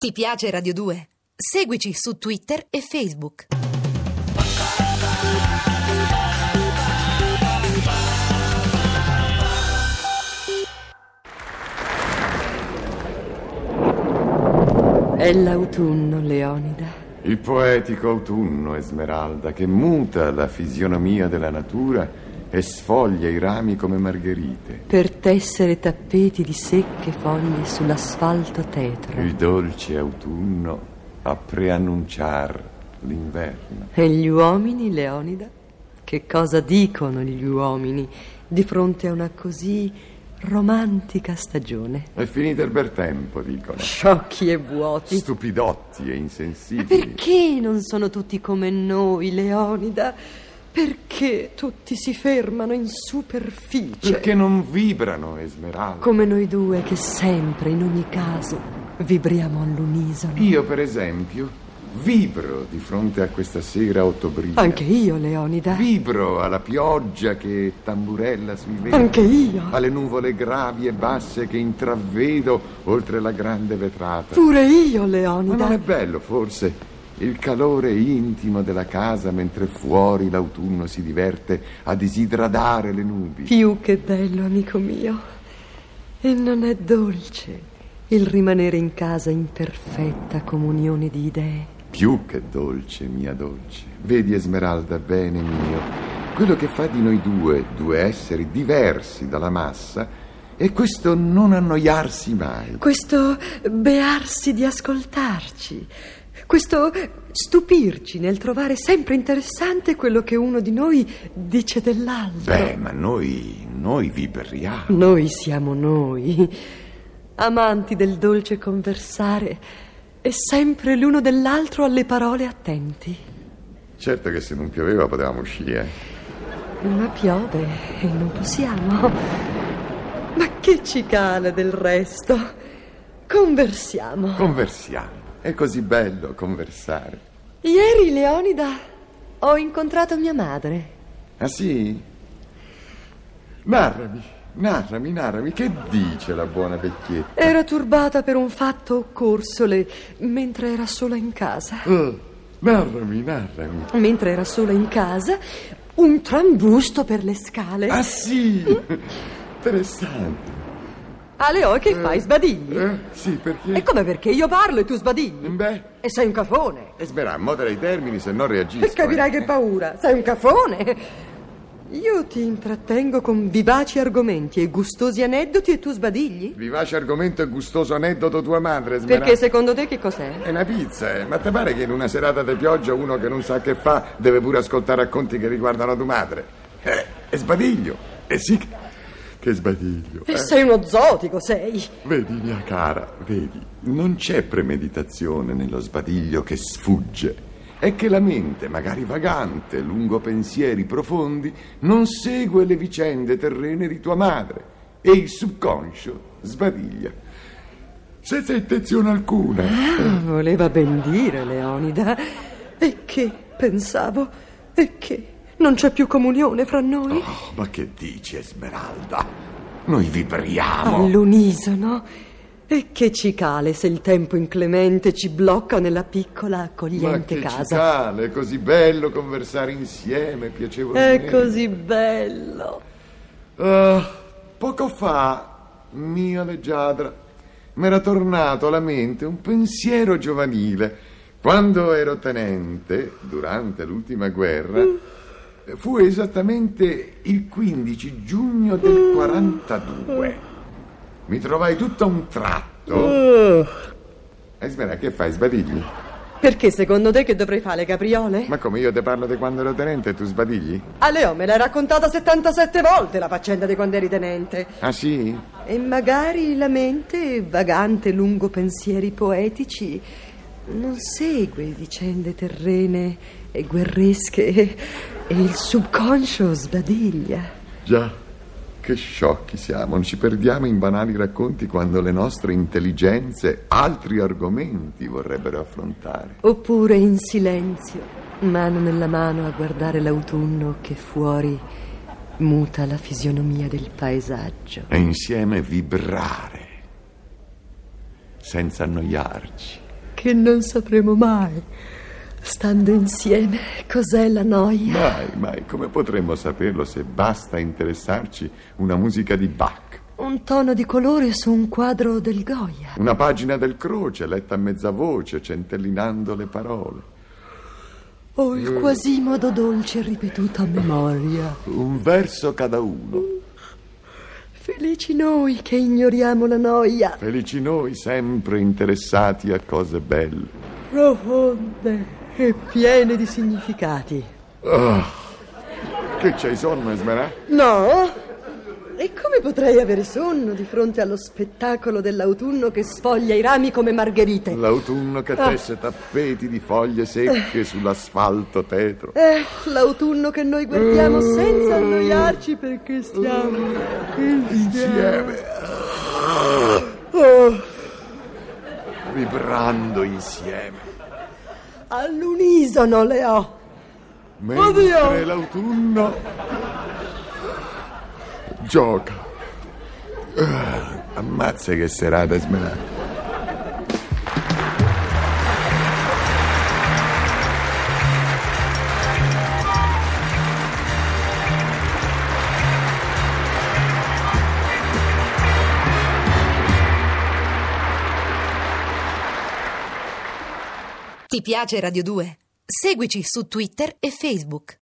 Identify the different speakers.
Speaker 1: Ti piace Radio 2? Seguici su Twitter e Facebook.
Speaker 2: È l'autunno, Leonida.
Speaker 3: Il poetico autunno, Esmeralda, che muta la fisionomia della natura e sfoglia i rami come margherite.
Speaker 2: Per tessere tappeti di secche foglie sull'asfalto tetro.
Speaker 3: Il dolce autunno a preannunciar l'inverno.
Speaker 2: E gli uomini, Leonida? Che cosa dicono gli uomini di fronte a una così romantica stagione?
Speaker 3: È finito il bel tempo, dicono.
Speaker 2: Sciocchi e vuoti.
Speaker 3: Stupidotti e
Speaker 2: Ma
Speaker 3: insensibili.
Speaker 2: perché non sono tutti come noi, Leonida? Perché tutti si fermano in superficie?
Speaker 3: Perché non vibrano, Esmeralda?
Speaker 2: Come noi due che sempre, in ogni caso, vibriamo all'unisono.
Speaker 3: Io, per esempio, vibro di fronte a questa sera ottobrina.
Speaker 2: Anche io, Leonida.
Speaker 3: Vibro alla pioggia che tamburella sui vetri.
Speaker 2: Anche io.
Speaker 3: Alle nuvole gravi e basse che intravedo oltre la grande vetrata.
Speaker 2: Pure io,
Speaker 3: Ma
Speaker 2: Leonida.
Speaker 3: non è bello, forse, il calore intimo della casa mentre fuori l'autunno si diverte a disidradare le nubi?
Speaker 2: Più che bello, amico mio. E non è dolce il rimanere in casa in perfetta comunione di idee?
Speaker 3: Più che dolce, mia dolce. Vedi, Esmeralda, bene mio, quello che fa di noi due esseri diversi dalla massa è questo non annoiarsi mai.
Speaker 2: Questo bearsi di ascoltarci. Questo stupirci nel trovare sempre interessante quello che uno di noi dice dell'altro.
Speaker 3: Beh, ma noi vibriamo.
Speaker 2: Noi siamo noi, amanti del dolce conversare e sempre l'uno dell'altro alle parole attenti.
Speaker 3: Certo che se non pioveva potevamo uscire.
Speaker 2: Ma piove e non possiamo. Ma che cicala del resto. Conversiamo.
Speaker 3: Conversiamo. È così bello conversare.
Speaker 2: Ieri, Leonida, ho incontrato mia madre.
Speaker 3: Ah sì? Narrami, che dice la buona vecchietta?
Speaker 2: Era turbata per un fatto occorsole mentre era sola in casa.
Speaker 3: Narrami.
Speaker 2: Mentre era sola in casa, un trambusto per le scale.
Speaker 3: Ah sì? Interessante.
Speaker 2: Leo, che fai, sbadigli?
Speaker 3: Sì, perché?
Speaker 2: E come perché io parlo e tu sbadigli?
Speaker 3: Beh,
Speaker 2: E sei un cafone.
Speaker 3: Esmerà, modera i termini, se no reagisco.
Speaker 2: E capirai che paura, sei un cafone. Io ti intrattengo con vivaci argomenti e gustosi aneddoti e tu sbadigli?
Speaker 3: Vivace argomento e gustoso aneddoto tua madre, Esmerà.
Speaker 2: Perché secondo te che cos'è?
Speaker 3: È una pizza, ma te pare che in una serata di pioggia uno che non sa che fa deve pure ascoltare racconti che riguardano tua madre? È sbadiglio. Sì, che sbadiglio.
Speaker 2: E sei uno zotico, sei.
Speaker 3: Vedi, mia cara, vedi, non c'è premeditazione nello sbadiglio che sfugge. È che la mente, magari vagante, lungo pensieri profondi, non segue le vicende terrene di tua madre e il subconscio sbadiglia. Senza intenzione alcuna.
Speaker 2: Voleva ben dire, Leonida. E che, pensavo, e che non c'è più comunione fra noi?
Speaker 3: Oh, ma che dici, Esmeralda? Noi vibriamo.
Speaker 2: All'unisono? E che cicale se il tempo inclemente ci blocca nella piccola accogliente
Speaker 3: Ma che
Speaker 2: casa.
Speaker 3: cicale, è così bello conversare insieme, piacevolmente.
Speaker 2: È così bello.
Speaker 3: Poco fa, mia leggiadra, m'era tornato alla mente un pensiero giovanile. Quando ero tenente, durante l'ultima guerra, fu esattamente il 15 giugno del 42. Mi trovai tutto a un tratto. Esmerà, che fai, sbadigli?
Speaker 2: Perché secondo te che dovrei fare le capriole?
Speaker 3: Ma come, io te parlo di quando ero tenente e tu sbadigli?
Speaker 2: Leo, me l'hai raccontata 77 volte la faccenda di quando eri tenente.
Speaker 3: Ah sì?
Speaker 2: E magari la mente, vagante lungo pensieri poetici, non segue vicende terrene e guerresche e il subconscio sbadiglia.
Speaker 3: Già, che sciocchi siamo, non ci perdiamo in banali racconti quando le nostre intelligenze altri argomenti vorrebbero affrontare.
Speaker 2: Oppure in silenzio, mano nella mano a guardare l'autunno che fuori muta la fisionomia del paesaggio.
Speaker 3: E insieme vibrare, senza annoiarci.
Speaker 2: che non sapremo mai, stando insieme, cos'è la noia.
Speaker 3: Mai, come potremmo saperlo se basta interessarci una musica di Bach?
Speaker 2: Un tono di colore su un quadro del Goya.
Speaker 3: Una pagina del Croce letta a mezza voce, centellinando le parole.
Speaker 2: O il Quasimodo dolce ripetuto a memoria.
Speaker 3: Un verso cada uno.
Speaker 2: Felici noi che ignoriamo la noia.
Speaker 3: Felici noi sempre interessati a cose belle.
Speaker 2: Profonde e piene di significati.
Speaker 3: Che c'hai sonno, Esmerà?
Speaker 2: No? E come potrei avere sonno di fronte allo spettacolo dell'autunno che sfoglia i rami come margherite?
Speaker 3: L'autunno che tesse tappeti di foglie secche sull'asfalto tetro.
Speaker 2: L'autunno che noi guardiamo senza annoiarci perché stiamo
Speaker 3: Insieme. Vibrando insieme.
Speaker 2: All'unisono le ho.
Speaker 3: Mentre
Speaker 2: Oddio!
Speaker 3: l'autunno gioca. Ammazza che serata, Esmeralda.
Speaker 1: Ti piace Radio 2? Seguici su Twitter e Facebook.